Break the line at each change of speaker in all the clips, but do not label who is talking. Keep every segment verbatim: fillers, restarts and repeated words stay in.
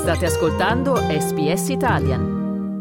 State ascoltando S B S Italian.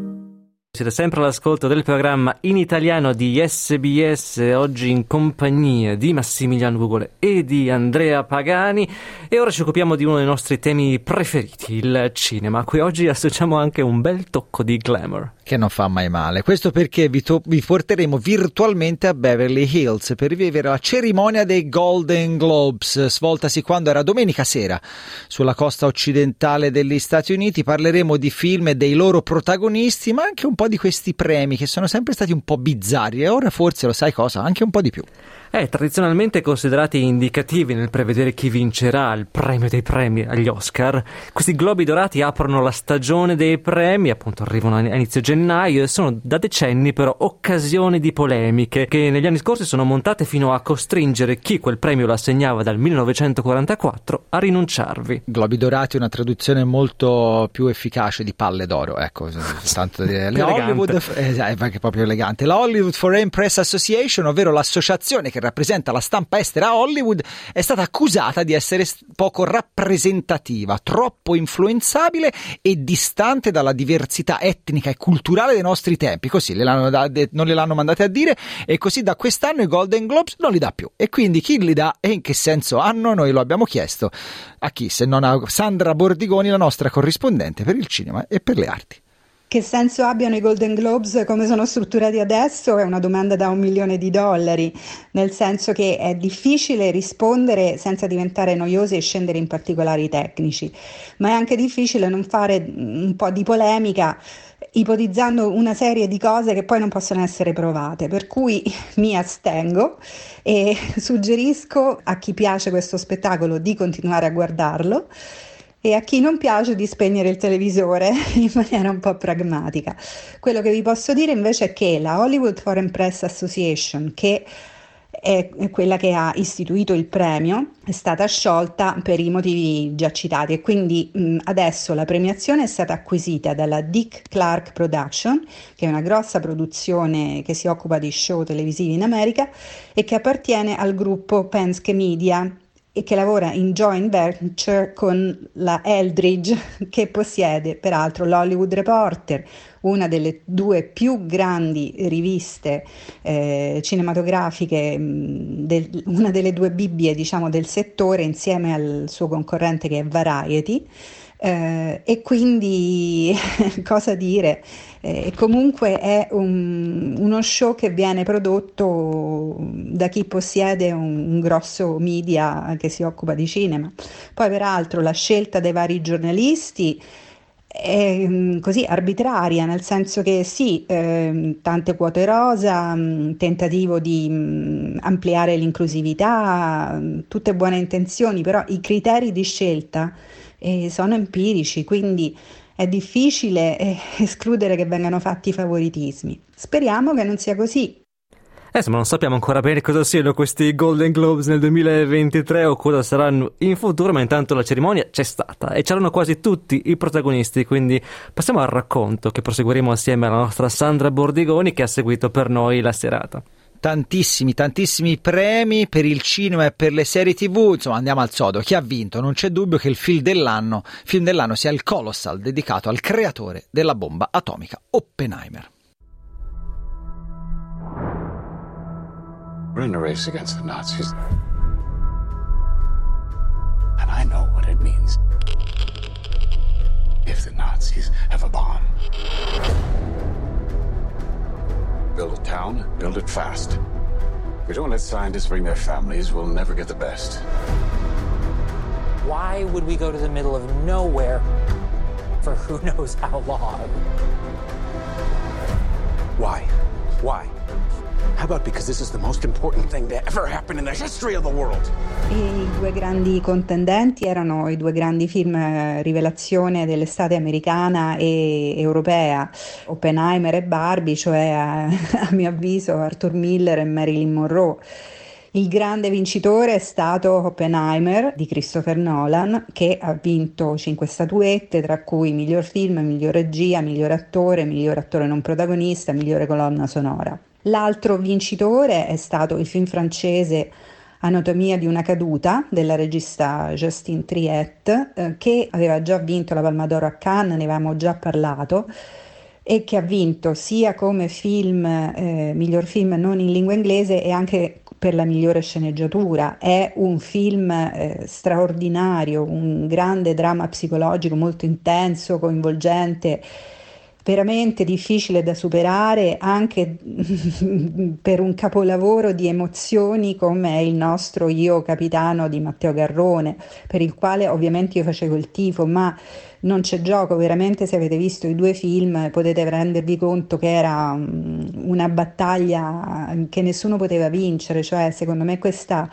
Siete sempre all'ascolto del programma in italiano di S B S, oggi in compagnia di Massimiliano Gugole e di Andrea Pagani, e ora ci occupiamo di uno dei nostri temi preferiti, il cinema, a cui oggi associamo anche un bel tocco di glamour.
Che non fa mai male. Questo perché vi, to- vi porteremo virtualmente a Beverly Hills per vivere la cerimonia dei Golden Globes, svoltasi quando era domenica sera sulla costa occidentale degli Stati Uniti. Parleremo di film e dei loro protagonisti, ma anche un po' di questi premi che sono sempre stati un po' bizzarri, e ora forse, lo sai cosa, anche un po' di più.
Eh, tradizionalmente considerati indicativi nel prevedere chi vincerà il premio dei premi agli Oscar, questi globi dorati aprono la stagione dei premi, appunto arrivano a inizio gennaio, e sono da decenni però occasioni di polemiche che negli anni scorsi sono montate fino a costringere chi quel premio lo assegnava dal millenovecentoquarantaquattro a rinunciarvi.
Globi dorati è una traduzione molto più efficace di palle d'oro, ecco, tanto da dire. La Hollywood, eh, è proprio elegante. La Hollywood Foreign Press Association, ovvero l'associazione che rappresenta la stampa estera a Hollywood, è stata accusata di essere poco rappresentativa, troppo influenzabile e distante dalla diversità etnica e culturale dei nostri tempi. Così le l'hanno da, de, non le l'hanno mandate a dire, e così da quest'anno i Golden Globes non li dà più. E quindi chi li dà e in che senso hanno? Noi lo abbiamo chiesto a chi, se non a Sandra Bordigoni, la nostra corrispondente per il cinema e per le arti.
Che senso abbiano i Golden Globes come sono strutturati adesso è una domanda da un milione di dollari, nel senso che è difficile rispondere senza diventare noiosi e scendere in particolari tecnici, ma è anche difficile non fare un po' di polemica ipotizzando una serie di cose che poi non possono essere provate, per cui mi astengo e suggerisco a chi piace questo spettacolo di continuare a guardarlo e a chi non piace di spegnere il televisore in maniera un po' pragmatica. Quello che vi posso dire invece è che la Hollywood Foreign Press Association, che è quella che ha istituito il premio, è stata sciolta per i motivi già citati, e quindi mh, adesso la premiazione è stata acquisita dalla Dick Clark Production, che è una grossa produzione che si occupa di show televisivi in America e che appartiene al gruppo Penske Media, e che lavora in joint venture con la Eldridge, che possiede peraltro l'Hollywood Reporter, una delle due più grandi riviste eh, cinematografiche, mh, del, una delle due bibbie, diciamo, del settore, insieme al suo concorrente che è Variety. Eh, e quindi cosa dire? Eh, comunque è un, uno show che viene prodotto da chi possiede un, un grosso media che si occupa di cinema. Poi peraltro la scelta dei vari giornalisti è mh, così arbitraria, nel senso che sì, eh, tante quote rosa, mh, tentativo di mh, ampliare l'inclusività, mh, tutte buone intenzioni, però i criteri di scelta eh, sono empirici, quindi è difficile eh, escludere che vengano fatti favoritismi. Speriamo che non sia così.
Eh, insomma, non sappiamo ancora bene cosa siano questi Golden Globes nel duemilaventitré o cosa saranno in futuro, ma intanto la cerimonia c'è stata e c'erano quasi tutti i protagonisti, quindi passiamo al racconto che proseguiremo assieme alla nostra Sandra Bordigoni, che ha seguito per noi la serata.
Tantissimi, tantissimi premi per il cinema e per le serie tivù, insomma andiamo al sodo. Chi ha vinto? Non c'è dubbio che il film dell'anno, film dell'anno sia il Colossal, dedicato al creatore della bomba atomica, Oppenheimer.
We're in a race against the Nazis. And I know what it means if the Nazis have a bomb. Build a town, build it fast. If we don't let scientists bring their families, we'll never get the best.
Why would we go to the middle of nowhere for who knows how long?
Why? Why? How about because this is the most important thing that ever happened in the history of the world?
I due grandi contendenti erano i due grandi film eh, rivelazione dell'estate americana e europea, Oppenheimer e Barbie, cioè eh, a mio avviso Arthur Miller e Marilyn Monroe. Il grande vincitore è stato Oppenheimer di Christopher Nolan, che ha vinto cinque statuette, tra cui miglior film, miglior regia, miglior attore, miglior attore non protagonista, migliore colonna sonora. L'altro vincitore è stato il film francese Anatomia di una caduta della regista Justine Triet, eh, che aveva già vinto la Palma d'Oro a Cannes, ne avevamo già parlato, e che ha vinto sia come film, eh, miglior film non in lingua inglese e anche per la migliore sceneggiatura. È un film eh, straordinario, un grande dramma psicologico molto intenso, coinvolgente, veramente difficile da superare anche per un capolavoro di emozioni come è il nostro Io Capitano di Matteo Garrone, per il quale ovviamente io facevo il tifo, ma non c'è gioco, veramente. Se avete visto i due film potete rendervi conto che era una battaglia che nessuno poteva vincere, cioè secondo me questa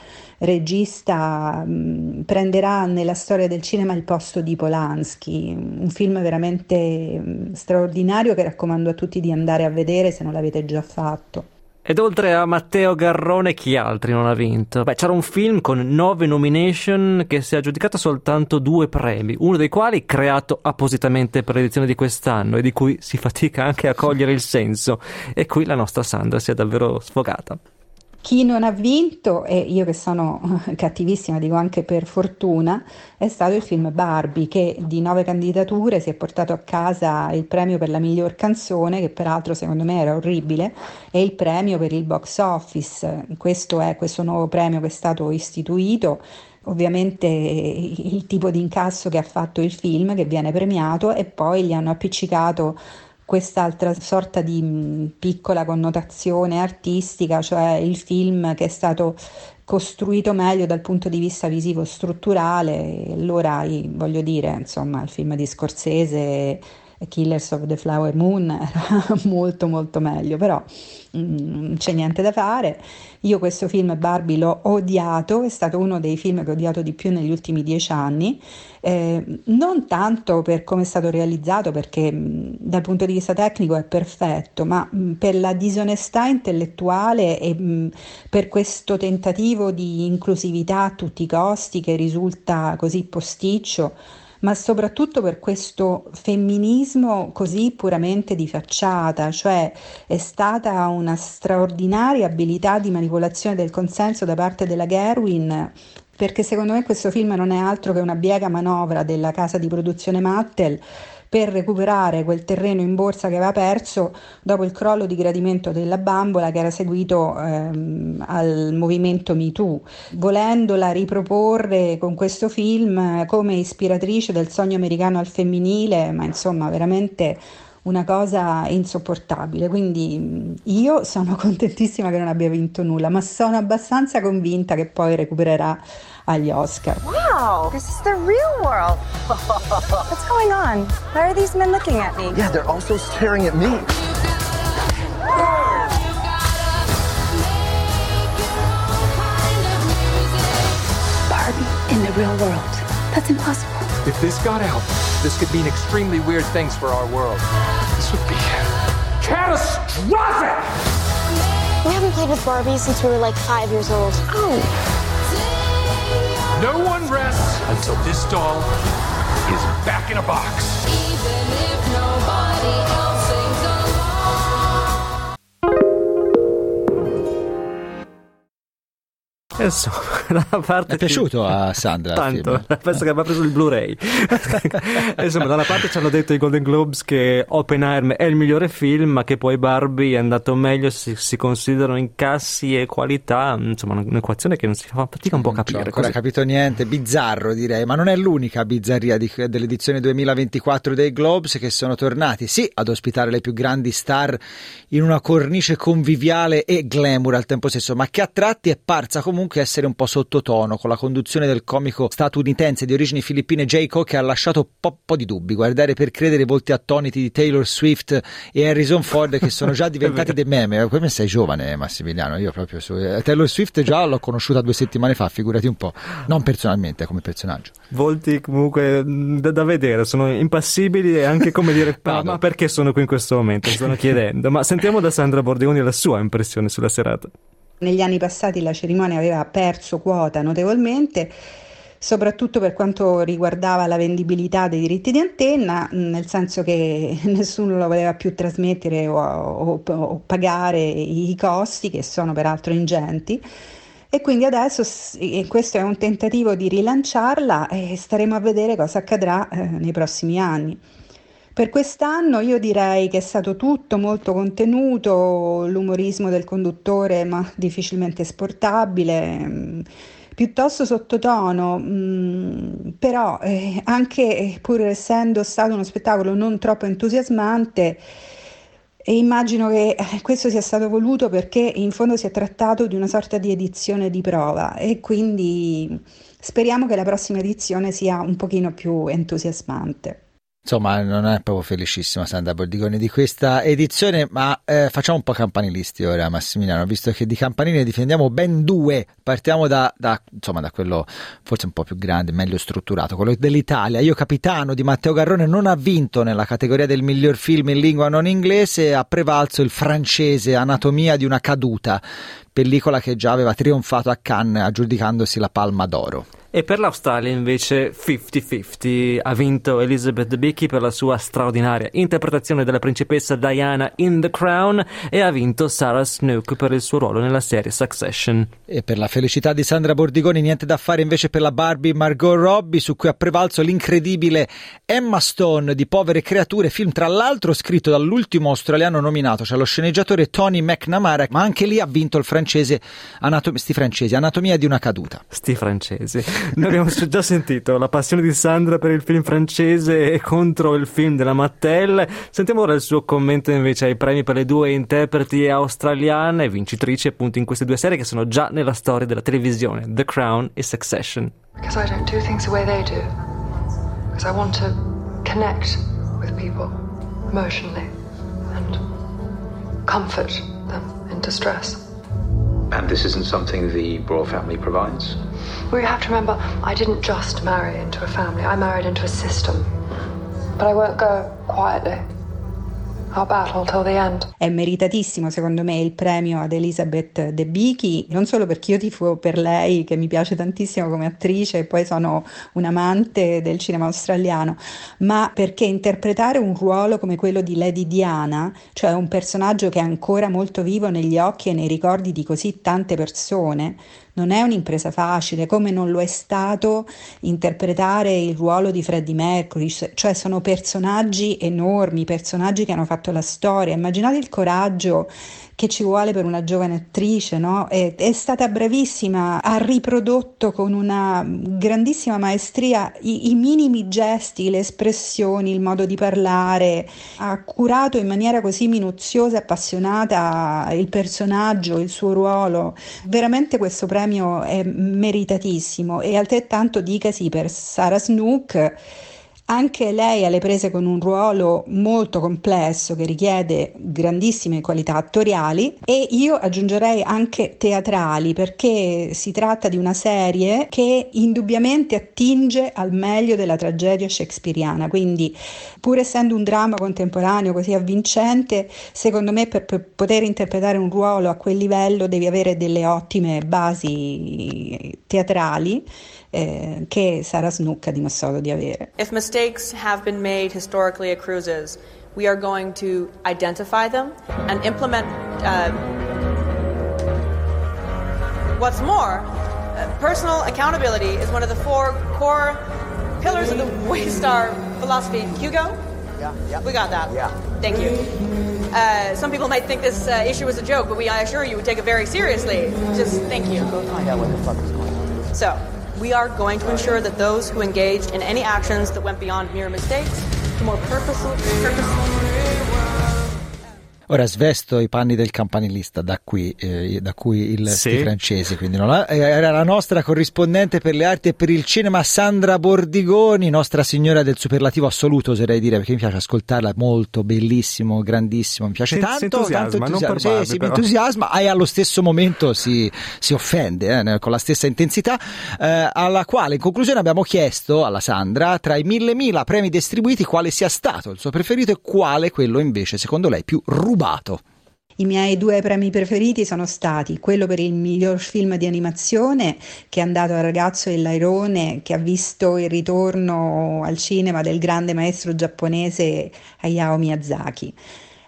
regista mh, prenderà nella storia del cinema il posto di Polanski, un film veramente mh, straordinario che raccomando a tutti di andare a vedere se non l'avete già fatto.
Ed oltre a Matteo Garrone, chi altri non ha vinto? Beh, c'era un film con nove nomination che si è aggiudicato soltanto due premi, uno dei quali creato appositamente per l'edizione di quest'anno e di cui si fatica anche a cogliere il senso. E qui la nostra Sandra si è davvero sfogata.
Chi non ha vinto, e io che sono cattivissima dico anche per fortuna, è stato il film Barbie, che di nove candidature si è portato a casa il premio per la miglior canzone, che peraltro secondo me era orribile, e il premio per il box office. Questo è questo nuovo premio che è stato istituito. Ovviamente il tipo di incasso che ha fatto il film che viene premiato, e poi gli hanno appiccicato quest'altra sorta di mh, piccola connotazione artistica, cioè il film che è stato costruito meglio dal punto di vista visivo strutturale. Allora voglio dire, insomma, il film di Scorsese, Killers of the Flower Moon, era molto molto meglio, però non c'è niente da fare. Io questo film Barbie l'ho odiato, è stato uno dei film che ho odiato di più negli ultimi dieci anni, eh, non tanto per come è stato realizzato, perché mh, dal punto di vista tecnico è perfetto, ma mh, per la disonestà intellettuale e mh, per questo tentativo di inclusività a tutti i costi che risulta così posticcio, ma soprattutto per questo femminismo così puramente di facciata. Cioè è stata una straordinaria abilità di manipolazione del consenso da parte della Gerwin, perché secondo me questo film non è altro che una biega manovra della casa di produzione Mattel per recuperare quel terreno in borsa che aveva perso dopo il crollo di gradimento della bambola che era seguito ehm, al movimento Me Too, volendola riproporre con questo film come ispiratrice del sogno americano al femminile, ma insomma veramente una cosa insopportabile. Quindi io sono contentissima che non abbia vinto nulla, ma sono abbastanza convinta che poi recupererà agli Oscar.
Wow, this is the real world. What's going on? Why are these men looking at me?
Yeah, they're also staring at me.
Barbie in the real world. That's impossible.
If this got out, this could mean extremely weird things for our world. This would be catastrophic!
We haven't played with Barbie since we were like five years old. Oh.
No one rests until this doll is back in a box. Even if nobody else sings along.
Insomma, da parte
è piaciuto a Sandra
tanto, penso che abbia preso il Blu-ray. Insomma, da una parte ci hanno detto i Golden Globes che Oppenheimer è il migliore film, ma che poi Barbie è andato meglio se si considerano incassi e qualità. Insomma, un'equazione che non si fa fatica un po' a capire.
Non ho ancora capito niente, bizzarro direi, ma non è l'unica bizzarria di, dell'edizione duemilaventiquattro dei Globes, che sono tornati sì ad ospitare le più grandi star in una cornice conviviale e glamour al tempo stesso, ma che a tratti è parsa comunque essere un po' sottotono, con la conduzione del comico statunitense di origini filippine Jay Cole, che ha lasciato un po', po' di dubbi. Guardare per credere i volti attoniti di Taylor Swift e Harrison Ford, che sono già diventati dei meme. Come sei giovane, Massimiliano? Io proprio su Taylor Swift già l'ho conosciuta due settimane fa, figurati un po', non personalmente, come personaggio.
Volti comunque da, da vedere, sono impassibili, e anche come dire ma, ma perché sono qui in questo momento, mi stanno chiedendo. Ma sentiamo da Sandra Bordeoni la sua impressione sulla serata.
Negli anni passati la cerimonia aveva perso quota notevolmente, soprattutto per quanto riguardava la vendibilità dei diritti di antenna, nel senso che nessuno lo voleva più trasmettere o, o, o pagare i costi, che sono peraltro ingenti. E quindi adesso e questo è un tentativo di rilanciarla e staremo a vedere cosa accadrà eh, nei prossimi anni. Per quest'anno io direi che è stato tutto molto contenuto, l'umorismo del conduttore ma difficilmente esportabile, mh, piuttosto sottotono, mh, però eh, anche pur essendo stato uno spettacolo non troppo entusiasmante, e immagino che questo sia stato voluto perché in fondo si è trattato di una sorta di edizione di prova e quindi speriamo che la prossima edizione sia un pochino più entusiasmante.
Insomma, non è proprio felicissima Sandra Bordigoni di questa edizione, ma eh, facciamo un po' campanilisti ora, Massimiliano, visto che di campanili ne difendiamo ben due. Partiamo da, da, insomma, da quello forse un po' più grande, meglio strutturato, quello dell'Italia. Io Capitano di Matteo Garrone non ha vinto nella categoria del miglior film in lingua non inglese, ha prevalso il francese Anatomia di una caduta, pellicola che già aveva trionfato a Cannes aggiudicandosi la Palma d'Oro.
E per l'Australia invece cinquanta cinquanta, ha vinto Elizabeth Debicki per la sua straordinaria interpretazione della principessa Diana in The Crown e ha vinto Sarah Snook per il suo ruolo nella serie Succession.
E per la felicità di Sandra Bordigoni niente da fare invece per la Barbie Margot Robbie, su cui ha prevalso l'incredibile Emma Stone di Povere creature, film tra l'altro scritto dall'ultimo australiano nominato, cioè lo sceneggiatore Tony McNamara, ma anche lì ha vinto il francese, anatom- sti francesi, Anatomia di una caduta.
Sti francesi. Noi abbiamo già sentito la passione di Sandra per il film francese e contro il film della Mattel. Sentiamo ora il suo commento invece ai premi per le due interpreti australiane vincitrici appunto in queste due serie che sono già nella storia della televisione, The Crown e Succession.
Because I don't do things the way they do. Because I want to connect with people emotionally and comfort them in distress.
And this isn't something the royal family provides?
Well, you have to remember, I didn't just marry into a family. I married into a system. But I won't go quietly. I'll battle till the end.
È meritatissimo secondo me il premio ad Elizabeth Debicki, non solo perché io tifo per lei, che mi piace tantissimo come attrice e poi sono un amante del cinema australiano, ma perché interpretare un ruolo come quello di Lady Diana, cioè un personaggio che è ancora molto vivo negli occhi e nei ricordi di così tante persone, non è un'impresa facile, come non lo è stato interpretare il ruolo di Freddie Mercury, cioè sono personaggi enormi, personaggi che hanno fatto la storia. Immaginate il coraggio che ci vuole per una giovane attrice, no? È, è stata bravissima, ha riprodotto con una grandissima maestria i, i minimi gesti, le espressioni, il modo di parlare, ha curato in maniera così minuziosa e appassionata il personaggio, il suo ruolo. Veramente questo premio è meritatissimo e altrettanto dicasi per Sarah Snook. Anche lei alle prese con un ruolo molto complesso che richiede grandissime qualità attoriali e io aggiungerei anche teatrali, perché si tratta di una serie che indubbiamente attinge al meglio della tragedia shakespeariana, quindi pur essendo un dramma contemporaneo così avvincente, secondo me per, per poter interpretare un ruolo a quel livello devi avere delle ottime basi teatrali eh, che Sarah Snook ha dimostrato di avere.
If mistakes have been made historically at cruises, we are going to identify them and implement. Uh, what's more, uh, personal accountability is one of the four core pillars of the Waystar philosophy. Hugo?
Yeah, yeah.
We got that.
Yeah.
Thank you. Uh, some people might think this uh, issue is a joke, but we, I assure you, we take it very seriously. Just thank you.
Go find out what the fuck is going on.
So, we are going to ensure that those who engaged in any actions that went beyond mere mistakes to more purposeful, purposeful.
Ora svesto i panni del campanilista da qui, eh, da cui il
sì.
sti francesi, quindi non la, era la nostra corrispondente per le arti e per il cinema Sandra Bordigoni, nostra signora del superlativo assoluto, oserei dire, perché mi piace ascoltarla, molto bellissimo, grandissimo, mi piace
si,
tanto,
si entusiasma,
tanto entusiasma,
non per Barbie,
sì, sì, mi
però.
entusiasma e allo stesso momento si, si offende eh, con la stessa intensità, eh, alla quale in conclusione abbiamo chiesto alla Sandra, tra i mille mila premi distribuiti, quale sia stato il suo preferito e quale quello invece secondo lei più rubato.
I miei due premi preferiti sono stati quello per il miglior film di animazione, che è andato al Ragazzo e l'airone, che ha visto il ritorno al cinema del grande maestro giapponese Hayao Miyazaki.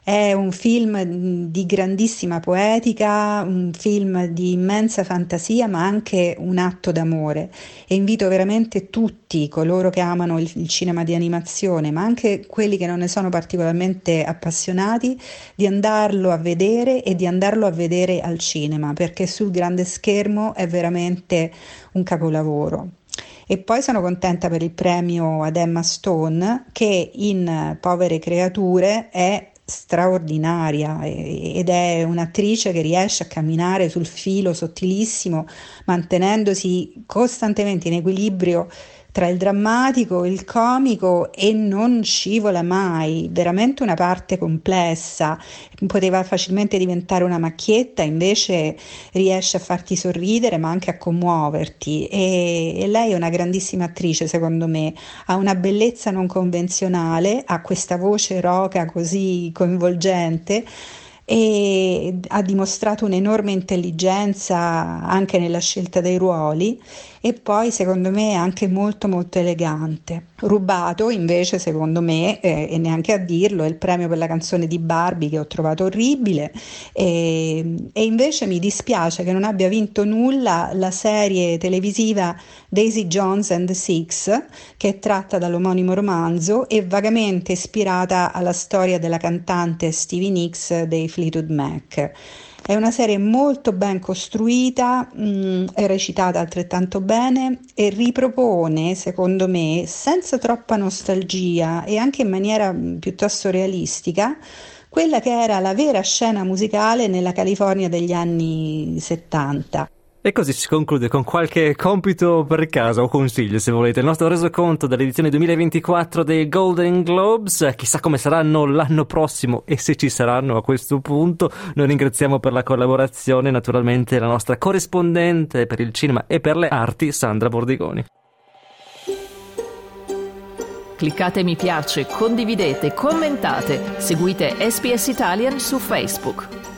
È un film di grandissima poetica, un film di immensa fantasia, ma anche un atto d'amore. E invito veramente tutti coloro che amano il, il cinema di animazione, ma anche quelli che non ne sono particolarmente appassionati, di andarlo a vedere e di andarlo a vedere al cinema, perché sul grande schermo è veramente un capolavoro. E poi sono contenta per il premio ad Emma Stone, che in Povere creature è straordinaria ed è un'attrice che riesce a camminare sul filo sottilissimo, mantenendosi costantemente in equilibrio tra il drammatico, il comico, e non scivola mai. Veramente una parte complessa, poteva facilmente diventare una macchietta, invece riesce a farti sorridere ma anche a commuoverti, e, e lei è una grandissima attrice, secondo me. Ha una bellezza non convenzionale, ha questa voce roca così coinvolgente e ha dimostrato un'enorme intelligenza anche nella scelta dei ruoli, e poi secondo me è anche molto molto elegante. Rubato invece, secondo me, eh, e neanche a dirlo, è il premio per la canzone di Barbie, che ho trovato orribile, e, e invece mi dispiace che non abbia vinto nulla la serie televisiva Daisy Jones and the Six, che è tratta dall'omonimo romanzo e vagamente ispirata alla storia della cantante Stevie Nicks dei Fleetwood Mac. È una serie molto ben costruita, mh, è recitata altrettanto bene e ripropone, secondo me, senza troppa nostalgia e anche in maniera mh, piuttosto realistica, quella che era la vera scena musicale nella California degli anni settanta.
E così si conclude con qualche compito per casa o consiglio, se volete, il nostro resoconto dell'edizione duemilaventiquattro dei Golden Globes. Chissà come saranno l'anno prossimo e se ci saranno a questo punto. Noi ringraziamo per la collaborazione naturalmente la nostra corrispondente per il cinema e per le arti, Sandra Bordigoni.
Cliccate mi piace, condividete, commentate, seguite S B S Italian su Facebook.